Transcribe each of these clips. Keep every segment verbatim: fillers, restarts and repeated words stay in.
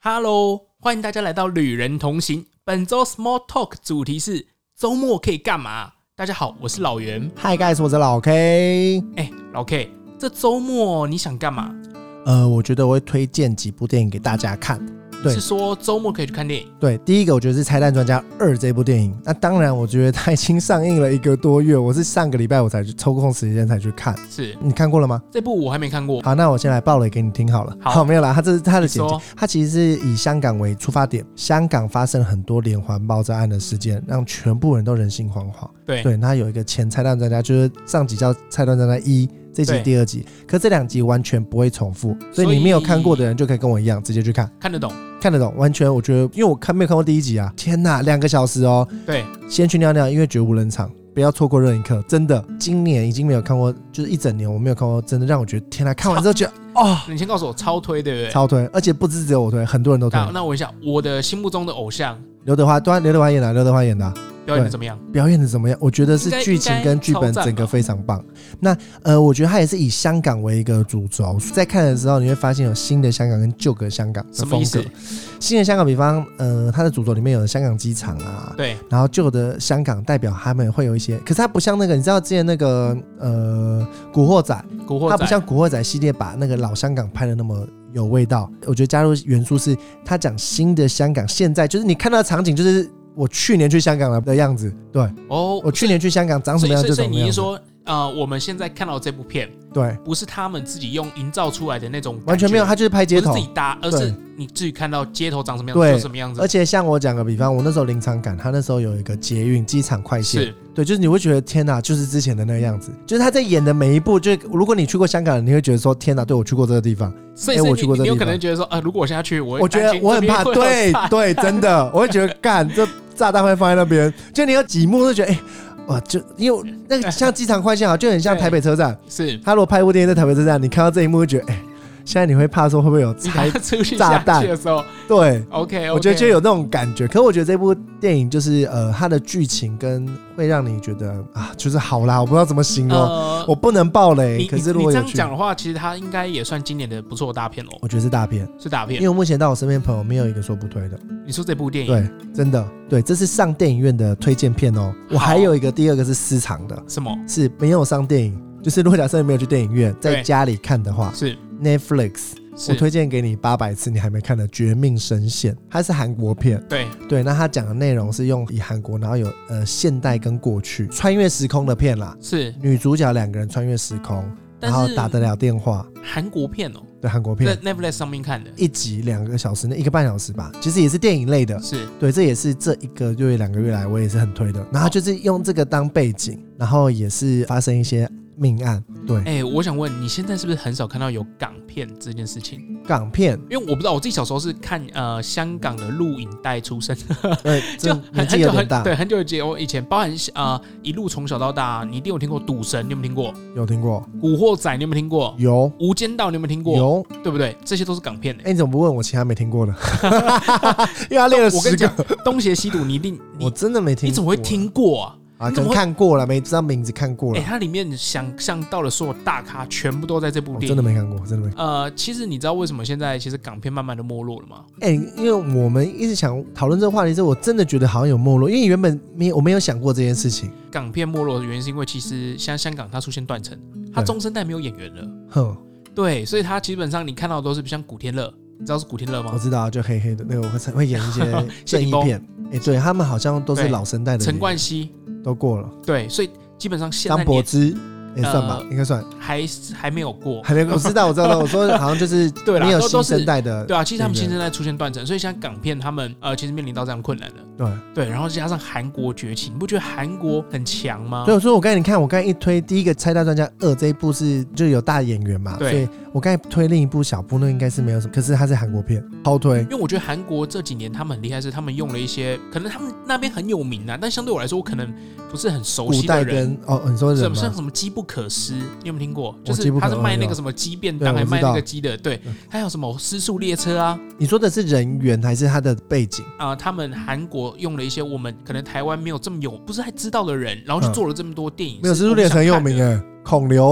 Hello， 欢迎大家来到旅人同行。本周 Small Talk 主题是周末可以干嘛？大家好，我是老袁。 Hi guys， 我是老 K。 哎，老 K， 这周末你想干嘛？ 呃，我觉得我会推荐几部电影给大家看。对， 是说周末可以去看电影？ 对，第一个我觉得是《拆弹专家二》这部电影。那当然，我觉得它已经上映了一个多月，我是上个礼拜我才去抽空时间才去看。 是你看过了吗？ 这部我还没看过。 好，那我先来爆雷给你听好了。 好， 好没有啦，它这是它的简介，它其实是以香港为出发点，香港发生了很多连环爆炸案的事件，让全部人都人心惶惶。 对对，那有一个前拆弹专家，就是上集叫《拆弹专家一》。这集第二集，可这两集完全不会重复，所以你没有看过的人就可以跟我一样直接去看， 看得懂， 看得懂，完全我觉得，因为我看没有看过第一集啊，天哪，两个小时哦， 对， 先去尿尿，因为绝无人场，不要错过任一刻，真的，今年已经没有看过，就是一整年我没有看过，真的让我觉得天哪，看完之后觉得哦， 你先告诉我超推对不对？ 超推，而且不只只有我推，很多人都推。 那我问一下，我的心目中的偶像刘德华，对，刘德华演的，刘德华演的、啊。 表演的怎么样？ 表演的怎么样？我觉得是剧情跟剧本整个非常棒。那呃，我觉得它也是以香港为一个主轴，在看的时候你会发现有新的香港跟旧的香港的风格。新的香港，比方呃，它的主轴里面有香港机场啊， 对。 然后旧的香港代表他们会有一些，可是它不像那个，你知道之前那个呃《古惑仔》， 古惑仔， 它不像《古惑仔》系列把那个老香港拍的那么有味道。我觉得加入元素是它讲新的香港，现在就是你看到的场景就是。我去年去香港的样子，对，哦，我去年去香港长什么样就怎么样。 所以你是说，呃，我们现在看到这部片， 对， 不是他们自己用营造出来的那种感觉， 完全没有，他就是拍街头， 不是自己搭，而是你自己看到街头长什么样子就什么样子。 而且像我讲个比方，我那时候临场感，他那时候有一个捷运机场快线，对，就是你会觉得天哪，就是之前的那个样子，就是他在演的每一部，就如果你去过香港，你会觉得说天哪，对我去过这个地方， 所以我去过这个地方，你有可能觉得说，呃，如果我现在去，我我觉得我很怕，对对，真的，我会觉得干这。炸弹会放在那边，就你有几幕就觉得，哎、欸，哇，就因为那个像机场快线好，就很像台北车站。是，他如果拍一部电影在台北车站，你看到这一幕就觉得，哎、欸，现在你会怕说会不会有拆炸弹的时候？ 对 ，OK， 我觉得就有那种感觉。可是我觉得这部电影就是呃，它的剧情跟会让你觉得啊，就是好啦，我不知道怎么形容，呃、我不能爆雷。可是如果有你这样讲的话，其实它应该也算今年的不错的大片喽。 我觉得是大片， 是大片， 因为我目前到我身边朋友没有一个说不推的。 你说这部电影？ 对，真的，对，这是上电影院的推荐片哦。我还有一个，第二个是私藏的， 什么？ 是没有上电影，就是如果假设你没有去电影院，在家里看的话， 是 Netflix。我推荐给你八百次，你还没看的《绝命深线》，它是韩国片。 对对，那它讲的内容是用以韩国，然后有呃现代跟过去穿越时空的片啦。 是女主角两个人穿越时空，然后打得了电话。 韩国片哦， 对，韩国片， 在 Netflix 上面看的， 一集两个小时，那一个半小时吧，其实也是电影类的。 是对，这也是这一个月两个月来我也是很推的。然后就是用这个当背景，然后也是发生一些。命案对， 哎、欸，我想问你现在是不是很少看到有港片这件事情？ 港片， 因为我不知道，我自己小时候是看呃香港的录影带出身， 对， 就很很久很大， 对，很久以前，我以前包含呃一路从小到大，你一定有听过《赌神》，你有没有听过？ 有听过。 《古惑仔》，你有没有听过？ 有。《 无间道》，你有没有听过？ 有， 对不对？这些都是港片、欸。 哎、欸，你怎么不问我其他没听过的？因为他列了十个。 东邪西毒，你一定， 我真的没听过。 你怎么会听过啊？ 啊，可能看过了，没知道名字看过了。 哎、欸，它里面想象到的所有大咖，全部都在这部电影。 真的没看过，真的没看过。 呃，其实你知道为什么现在其实港片慢慢的没落了吗？ 哎、欸，因为我们一直想讨论这个话题之后，我真的觉得好像有没落，因为原本没我没有想过这件事情。 港片没落的原因是因为其实像香港它出现断层，它中生代没有演员了。 哼， 对，所以它基本上你看到的都是像古天乐。你知道是古天乐吗？ 我知道，就黑黑的那个会会演一些正义片。哎、欸，对他们好像都是老生代的。 陈冠希都过了。 对，所以基本上现在张柏芝。也、欸、算吧、呃，应该算， 还还没有过， 还没有。我知道，我知道，我说好像就是没有新生代的， 对啊，其实他们新生代出现断层，所以现在港片他们呃其实面临到这样困难了。 对对，然后加上韩国崛起，你不觉得韩国很强吗？ 对，所以我刚才你看，我刚才一推第一个《拆弹专家二》这一部是就有大演员嘛，所以我刚才推另一部小部，那应该是没有什么，可是它是韩国片，超推。 因为我觉得韩国这几年他们很厉害，是他们用了一些可能他们那边很有名啊，但相对我来说，我可能不是很熟悉的人。 古代跟哦，你说人吗？ 像什么机不可失，你有没有听过？就是他是卖那个什么鸡便当，还卖那个鸡的，对。还有什么失速列车啊？ 你说的是人员还是他的背景啊、呃？他们韩国用了一些我们可能台湾没有这么有，不是还知道的人，然后去做了这么多电影。 嗯、没有失速列车很有名哎，孔刘哎。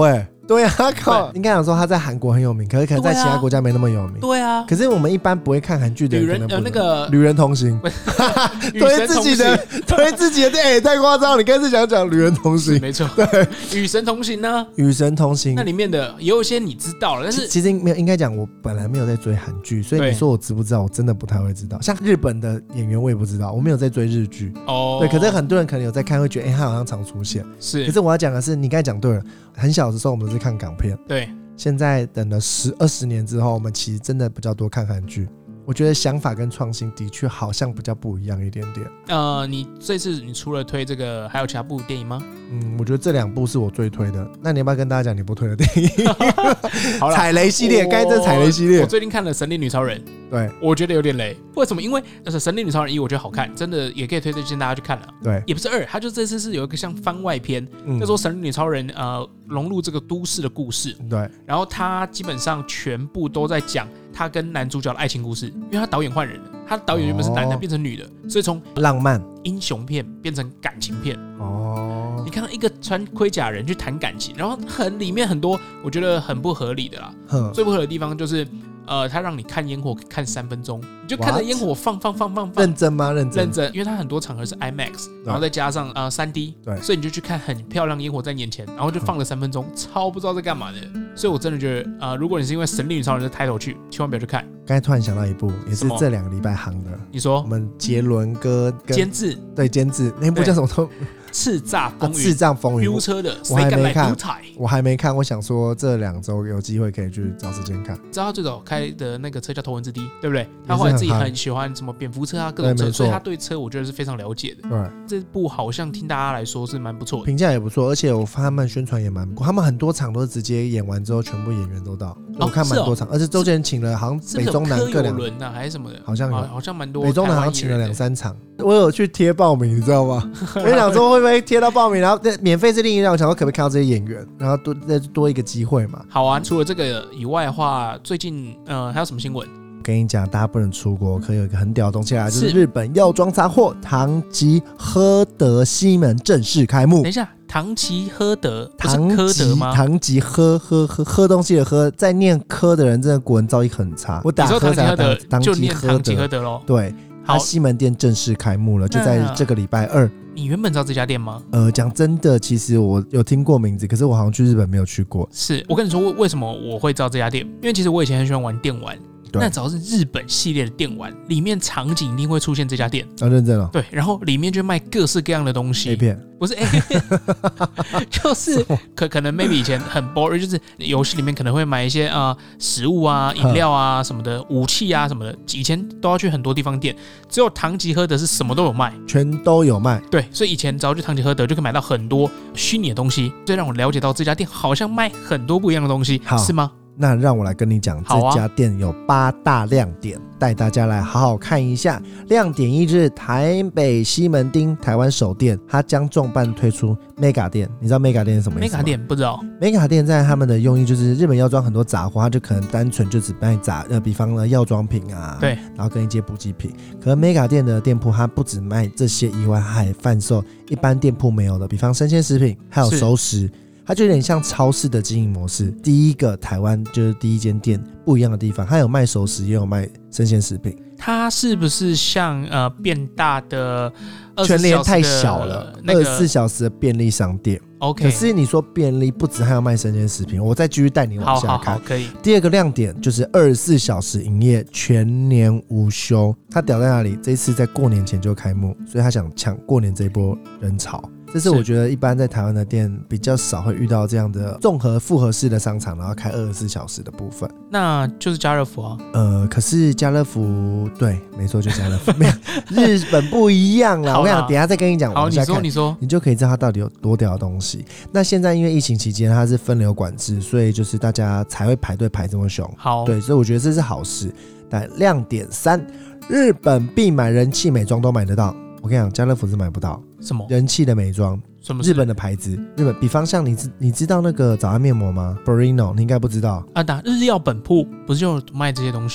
对啊，靠，应该讲说他在韩国很有名，可是可能在其他国家没那么有名。 对啊， 可是我们一般不会看韩剧的人， 旅人呃那个旅人同行，推自己的推自己的电影太夸张，你刚才是想讲旅人同行， 没错， 对， 与神同行呢？ 与神同行， 那里面的也有一些你知道了，但是其实没有，应该讲我本来没有在追韩剧，所以你说我知不知道，我真的不太会知道。像日本的演员我也不知道，我没有在追日剧哦。对，可是很多人可能有在看，会觉得哎、欸，他好像常出现。 是， 可是我要讲的是，你刚才讲对了，很小的时候我们是看港片， 对。 现在等了十二十年之后，我们其实真的比较多看韩剧。我觉得想法跟创新的确好像比较不一样一点点。 呃，你这次你除了推这个，还有其他部电影吗？ 嗯，我觉得这两部是我最推的。那你要不要跟大家讲你不推的电影？好啦，踩雷系列，该这踩雷系列。 我最近看了《神力女超人》， 对， 我觉得有点雷。为什么？因为《神力女超人一》我觉得好看，真的也可以推荐大家去看了。 对， 也不是二，它就这次是有一个像番外篇，嗯、叫做《神力女超人》呃融入这个都市的故事。 对， 然后它基本上全部都在讲他跟男主角的爱情故事，因为他导演换人了，他导演原本是男的变成女的，所以从浪漫英雄片变成感情片。 哦， 你看到一个穿盔甲人去谈感情，然后很里面很多我觉得很不合理的啦。最不合理的地方就是，呃，他让你看烟火看三分钟，你就看着烟火放放放放放。 认真吗？认真。 认真，因为他很多场合是 IMAX， 然后再加上呃 三 D， 对，所以你就去看很漂亮烟火在眼前，然后就放了三分钟，超不知道在干嘛的。所以我真的觉得，呃，如果你是因为《神力女超人》的 title 去，千万不要去看。 刚才突然想到一部，也是这两个礼拜夯的。 你说？ 我们杰伦哥跟监制， 对监制那部叫什么都？ 叱咤风云， 叱咤风云， 飙车的， 我还没看，我还没看。我想说这两周有机会可以去找时间看。 知道他最早开的那个车叫头文字 D， 对不对？他后来自己很喜欢什么蝙蝠车啊，各种车，所以他对车我觉得是非常了解的。对，这部好像听大家来说是蛮不错的， 评价也不错，而且我发他们宣传也蛮不错，他们很多场都是直接演完之后全部演员都到，我看蛮多场，而且周杰伦请了好像北中南各两轮啊还是什么的， 好像有， 好像蛮多。 北中南好像请了两三场，我有去贴报名，你知道吗？我想说会不会贴到报名，然后免费是另一让我想说可不可以看到这些演员，然后多再多一个机会嘛。 好啊，除了这个以外的话，最近呃还有什么新闻？ 跟你讲，大家不能出国，可以有一个很屌的东西来，就是日本药妆杂货唐吉诃德西门正式开幕。 等一下，唐吉诃德不是科德吗？ 唐吉喝喝喝喝东西的喝，在念科的人真的国文造诣很差。我打喝才当就念唐吉诃德喽。 对，他西门店正式开幕了，就在这个礼拜二。 你原本知道这家店吗？ 呃，讲真的，其实我有听过名字，可是我好像去日本没有去过。 是我跟你说，为什么我会知道这家店？因为其实我以前很喜欢玩电玩。那只要是日本系列的电玩，里面场景一定会出现这家店。 啊，认真了。 对，然后里面就卖各式各样的东西。 A 片不是 A 片，就是可可能 maybe 以前很 boring， 就是游戏里面可能会买一些啊、呃、食物啊、饮料啊什么的，武器啊什么的。以前都要去很多地方店，只有唐吉诃德是什么都有卖， 全都有卖。 对，所以以前只要去唐吉诃德就可以买到很多虚拟的东西，这让我了解到这家店好像卖很多不一样的东西，是吗？ 那让我来跟你讲，这家店有八大亮点，带大家来好好看一下。亮点一是台北西门町台湾首店，它将重磅推出 Mega 店。你知道 Mega 店是什么意思吗？ Mega 店不知道。 Mega 店在他们的用意就是日本药妆很多杂货，它就可能单纯就只卖杂呃，比方呢药妆品啊， 对， 然后跟一些补给品。可是 Mega 店的店铺它不只卖这些以外，还贩售一般店铺没有的，比方生鲜食品，还有熟食。它就有点像超市的经营模式，第一个台湾就是第一间店不一样的地方，它有卖熟食，也有卖生鲜食品。 它是不是像呃变大的全联太小了？二十四小时的便利商店。 OK， 可是你说便利不止还要卖生鲜食品，我再继续带你往下看。 好好好，可以。 第二个亮点就是二十四小时营业，全年无休。它屌在哪里？这一次在过年前就开幕，所以他想抢过年这一波人潮。这是我觉得一般在台湾的店比较少会遇到这样的综合复合式的商场，然后开二十四小时的部分。 那就是家乐福啊。 呃，可是家乐福，对，没错，就家乐福。没有，日本不一样啦。我跟你讲，等一下再跟你讲。 好，你说，你说， 你就可以知道它到底有多屌的东西。那现在因为疫情期间它是分流管制，所以就是大家才会排队排这么凶。 好， 对，所以我觉得这是好事。但亮点三，日本必买人气美妆都买得到。我跟你讲，家乐福是买不到。 什么人气的美妆？ 什么日本的牌子？日本，比方像你知你知道那个早安面膜吗 ？Burino， 你应该不知道啊。打日药本铺不是就卖这些东西吗？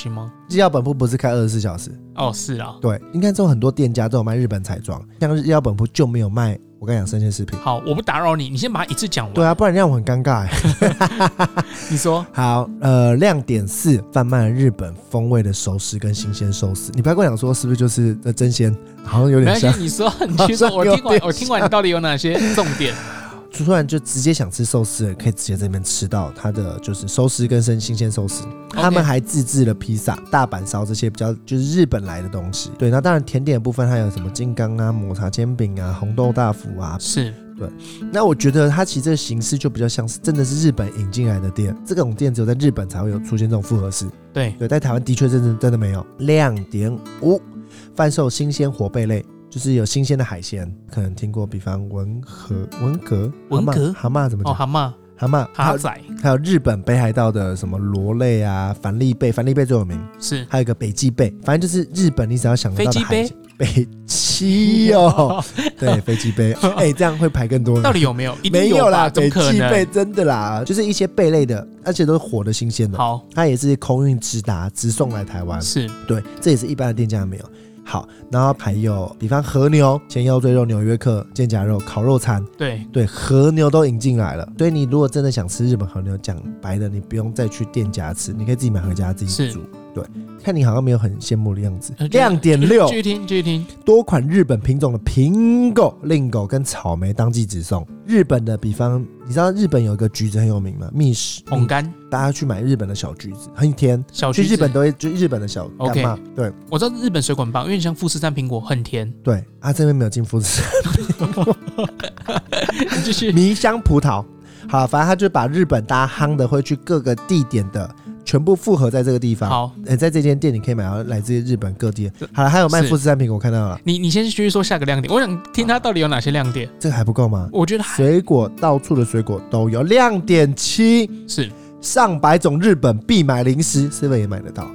日药本铺不是开二十四小时哦，是啊， 对，应该都有很多店家都有卖日本彩妆，像日药本铺就没有卖我跟你讲生鲜食品。 好，我不打扰你，你先把它一次讲完。 对啊，不然让我很尴尬你说。 好，呃，亮点四，贩卖了日本风味的熟食跟新鲜寿司。你不要跟我讲说是不是就是呃真鲜，好像有点像。 你说，你去说，我听完，我听完你到底有哪些重点？ 突然就直接想吃寿司了，可以直接在这边吃到它的就是寿司跟新鲜寿司。Okay. 他们还自制了披萨、大阪烧这些比较就是日本来的东西。对，那当然甜点的部分还有什么金刚啊、抹茶煎饼啊、红豆大福啊。 是。 对，那我觉得它其实这个形式就比较像是真的是日本引进来的店，这种店只有在日本才会有出现这种复合式。 对对，在台湾的确真的真的没有。亮点五，贩售新鲜活贝类。就是有新鲜的海鲜，可能听过，比方文蛤、文蛤、 文蛤、 蛤蟆怎么讲？ 哦，蛤蟆、 蛤蟆、 蛤仔， 还有日本北海道的什么螺类啊、帆立贝，帆立贝最有名， 是， 还有一个北极贝，反正就是日本你只要想得到的海鲜。北极哦，对，飞机杯，哎、欸，这样会排更多。 到底有没有？一定有没有啦，北极贝真的啦，就是一些贝类的，而且都是活的、新鲜的。 好， 它也是空运直达，直送来台湾。 是， 对，这也是一般的店家没有。好，然后还有比方和牛、咸腰椎肉、纽约客、肩胛肉、烤肉餐， 对对，和牛都引进来了。所以你如果真的想吃日本和牛，讲白的，你不用再去店家吃，你可以自己买回家自己煮。对，看你好像没有很羡慕的样子。亮点六， 继续听，继续听， 多款日本品种的苹果、令狗跟草莓当季直送。日本的，比方你知道日本有一个橘子很有名吗？蜜柑， 红柑。 大家去买日本的小橘子，很甜。 小橘子去日本都会，就日本的小柑嘛。Okay. 对， 我知道日本水果很棒，因为像富士山苹果很甜。 对，啊这边没有进富士山苹果。 你继续。 迷香葡萄，好，反正他就把日本大家夯的会去各个地点的。全部复合在这个地方。 好， 欸、在这间店你可以买到来自日本各地。好了，还有卖富士山苹果，我看到了。 你你先继续说下个亮点，我想听它到底有哪些亮点。 这个还不够吗？ 我觉得水果到处的水果都有。亮点七是上百种日本必买零食，是不是也买得到？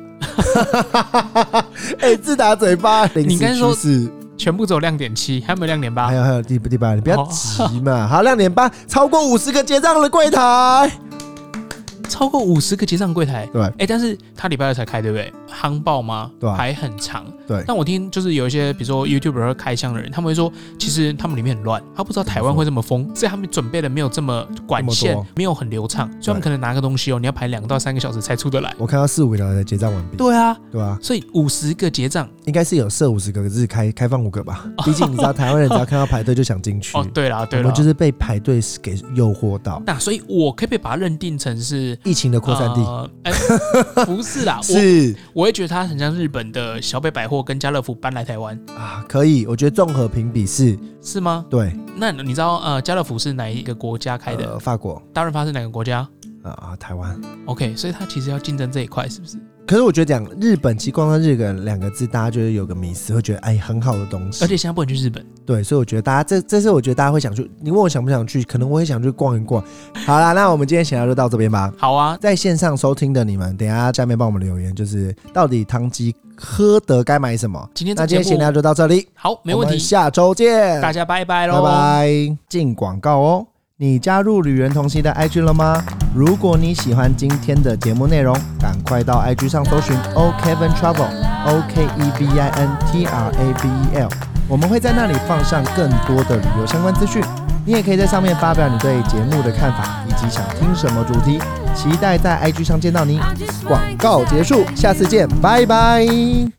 哎、欸，自打嘴巴，零食趋势。 全部走亮点七，还有没有亮点八？ 还有还有第第八，你不要急嘛。好，亮点八，超过五十个结账的柜台。 超过五十个结账柜台， 对， 哎、欸，但是他礼拜二才开，对不对？夯爆吗？ 对、啊， 排很长。 对， 但我听就是有一些，比如说 YouTuber 开箱的人，他们会说，其实他们里面很乱，他不知道台湾会这么疯，所以他们准备的没有这么管线，没有很流畅，所以他们可能拿个东西哦，你要排两到三个小时才出得来。 我看到四五个人才结账完毕。 对啊， 对啊， 所以五十个结账应该是有设五十个，可是开开放五个吧？毕竟你知道台湾人只要看到排队就想进去。 哦，对啦，对啦， 我们就是被排队给诱惑到。 那所以，我可不可以把它认定成是疫情的扩散地？ 呃欸、不是啦， 是， 我会觉得它很像日本的小北百货跟家乐福搬来台湾啊，可以，我觉得综合评比是是吗？ 对， 那你知道呃家乐福是哪一个国家开的？ 呃、法国。 大润发是哪个国家？ 啊，台湾。 OK， 所以它其实要竞争这一块，是不是？ 可是我觉得讲日本，其实光看日本两个字，大家就会有个迷思，会觉得哎很好的东西。 而且现在不能去日本， 对，所以我觉得大家这这是我觉得大家会想去。你问我想不想去，可能我也想去逛一逛。好啦，那我们今天闲聊就到这边吧。 好啊， 在线上收听的你们，等一下下面帮我们留言，就是到底汤鸡喝得该买什么？ 今天那今天闲聊就到这里， 好，没问题， 下周见， 大家拜拜喽， 拜拜。进广告哦。你加入旅人同行的 I G 了吗？如果你喜欢今天的节目内容，赶快到 I G 上搜寻 O Kevin Travel O K E V I N T R A V E L， 我们会在那里放上更多的旅游相关资讯。你也可以在上面发表你对节目的看法，以及想听什么主题，期待在 I G 上见到你。广告结束，下次见，拜拜。